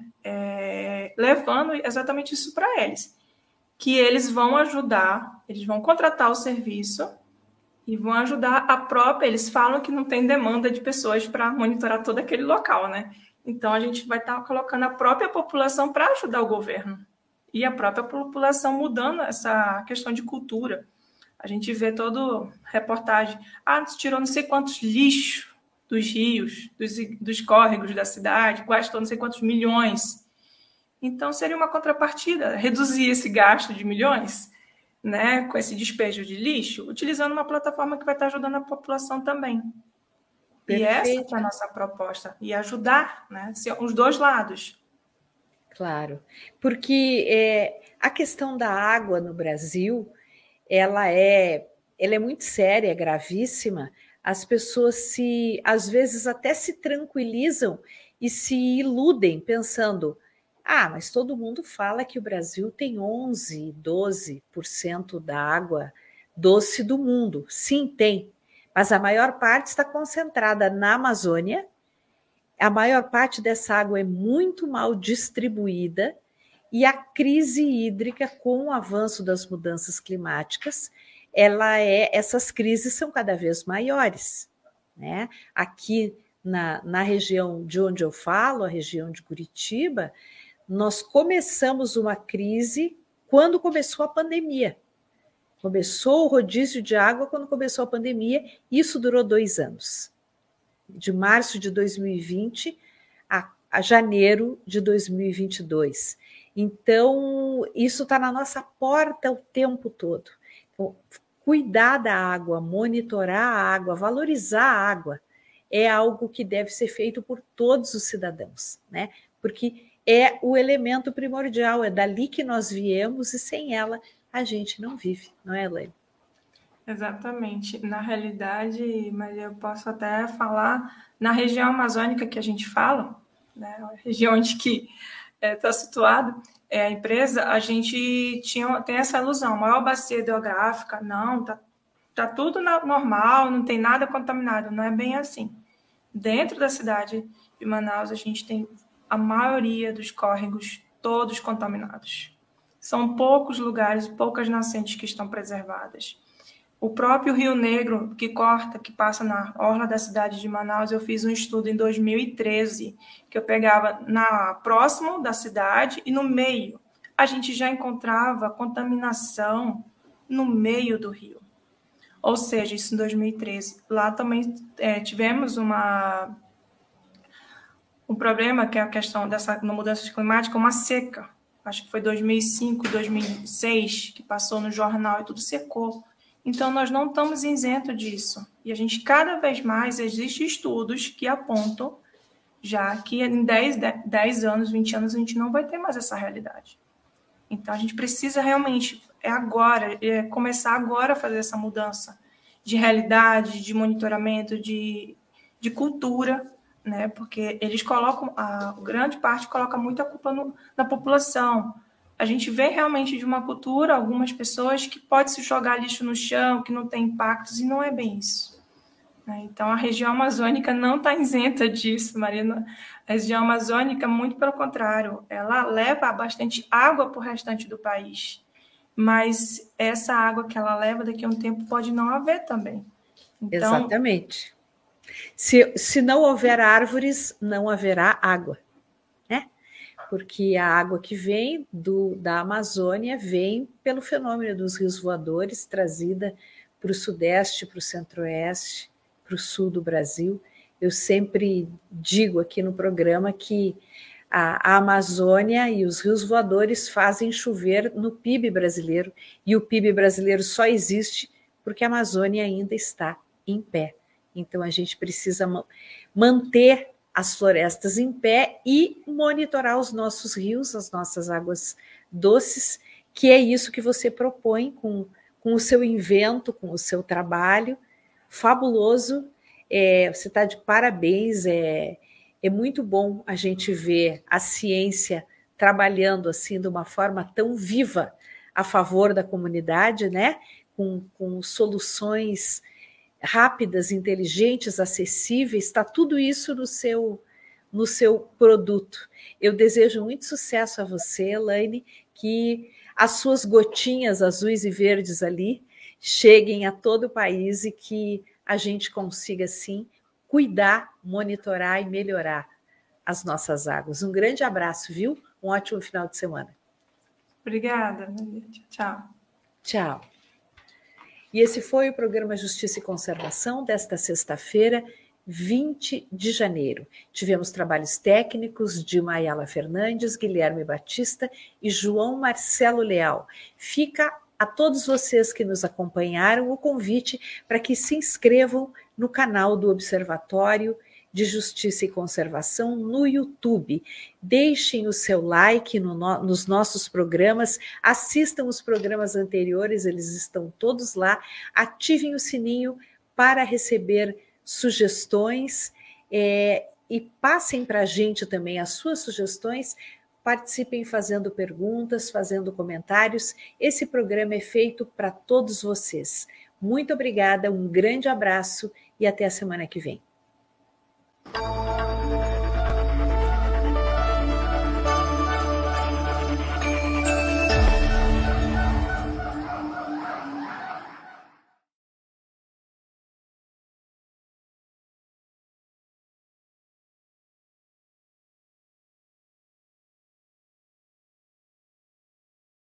É, levando exatamente isso para eles, que eles vão ajudar, eles vão contratar o serviço e vão ajudar a própria, eles falam que não tem demanda de pessoas para monitorar todo aquele local, né? Então, a gente vai estar colocando a própria população para ajudar o governo e a própria população mudando essa questão de cultura. A gente vê todo reportagem, ah, tirou não sei quantos lixos dos rios, dos, dos córregos da cidade, gastou não sei quantos milhões. Então, seria uma contrapartida, reduzir esse gasto de milhões, né, com esse despejo de lixo, utilizando uma plataforma que vai estar ajudando a população também. Perfeito. E essa é a nossa proposta, e ajudar, né, os dois lados. Claro, porque é, a questão da água no Brasil, ela é, ela é muito séria, é gravíssima. As pessoas se, às vezes até se tranquilizam e se iludem pensando, ah, mas todo mundo fala que o Brasil tem onze, doze por cento da água doce do mundo. Sim, tem, mas a maior parte está concentrada na Amazônia. A maior parte dessa água é muito mal distribuída e a crise hídrica, com o avanço das mudanças climáticas, ela é, essas crises são cada vez maiores, né? Aqui na, na região de onde eu falo, a região de Curitiba, nós começamos uma crise quando começou a pandemia. Começou o rodízio de água quando começou a pandemia, e isso durou dois anos. De março de dois mil e vinte a, a janeiro de dois mil e vinte e dois. Então, isso está na nossa porta o tempo todo. Então, cuidar da água, monitorar a água, valorizar a água, é algo que deve ser feito por todos os cidadãos, né? Porque é o elemento primordial, é dali que nós viemos e sem ela a gente não vive, não é, Elaine? Exatamente. Na realidade, mas eu posso até falar, na região amazônica que a gente fala, né, a região onde que está é, situado é, a empresa, a gente tinha, tem essa ilusão, maior bacia hidrográfica, não, tá, tá tudo na, normal, não tem nada contaminado, não é bem assim. Dentro da cidade de Manaus, a gente tem a maioria dos córregos todos contaminados. São poucos lugares, poucas nascentes que estão preservadas. O próprio Rio Negro, que corta, que passa na orla da cidade de Manaus, eu fiz um estudo em dois mil e treze, que eu pegava na, próximo da cidade e no meio. A gente já encontrava contaminação no meio do rio. Ou seja, isso em dois mil e treze. Lá também é, tivemos uma, um problema, que é a questão dessa mudança climática, uma seca. acho que foi dois mil e cinco, dois mil e seis, que passou no jornal e tudo secou. Então, nós não estamos isentos disso. E a gente, cada vez mais, existem estudos que apontam já que em dez, dez anos, vinte anos, a gente não vai ter mais essa realidade. Então, a gente precisa realmente, é agora, é começar agora a fazer essa mudança de realidade, de monitoramento, de, de cultura, né? Porque eles colocam, a grande parte coloca muita culpa no, na população. A gente vê realmente de uma cultura, algumas pessoas que pode se jogar lixo no chão, que não tem impactos, e não é bem isso. Então, a região amazônica não está isenta disso, Marina. A região amazônica, muito pelo contrário, ela leva bastante água para o restante do país. Mas essa água que ela leva, daqui a um tempo, pode não haver também. Então, exatamente. Se, se não houver árvores, não haverá água, né? Porque a água que vem do, da Amazônia vem pelo fenômeno dos rios voadores, trazida para o sudeste, para o centro-oeste, para o sul do Brasil. Eu sempre digo aqui no programa que a, a Amazônia e os rios voadores fazem chover no P I B brasileiro, e o P I B brasileiro só existe porque a Amazônia ainda está em pé. Então, a gente precisa manter as florestas em pé e monitorar os nossos rios, as nossas águas doces, que é isso que você propõe com, com o seu invento, com o seu trabalho fabuloso. É, você está de parabéns, é, é muito bom a gente ver a ciência trabalhando assim de uma forma tão viva a favor da comunidade, né? Com, com soluções rápidas, inteligentes, acessíveis, está tudo isso no seu, no seu produto. Eu desejo muito sucesso a você, Elaine, que as suas gotinhas azuis e verdes ali cheguem a todo o país e que a gente consiga, sim, cuidar, monitorar e melhorar as nossas águas. Um grande abraço, viu? Um ótimo final de semana. Obrigada. Tchau. Tchau. E esse foi o programa Justiça e Conservação desta sexta-feira, vinte de janeiro. Tivemos trabalhos técnicos de Mayala Fernandes, Guilherme Batista e João Marcelo Leal. Fica a todos vocês que nos acompanharam o convite para que se inscrevam no canal do Observatório de Justiça e Conservação no YouTube. Deixem o seu like no, no, nos nossos programas, assistam os programas anteriores, eles estão todos lá, ativem o sininho para receber sugestões é, e passem para a gente também as suas sugestões. Participem fazendo perguntas, fazendo comentários. Esse programa é feito para todos vocês. Muito obrigada, um grande abraço e até a semana que vem.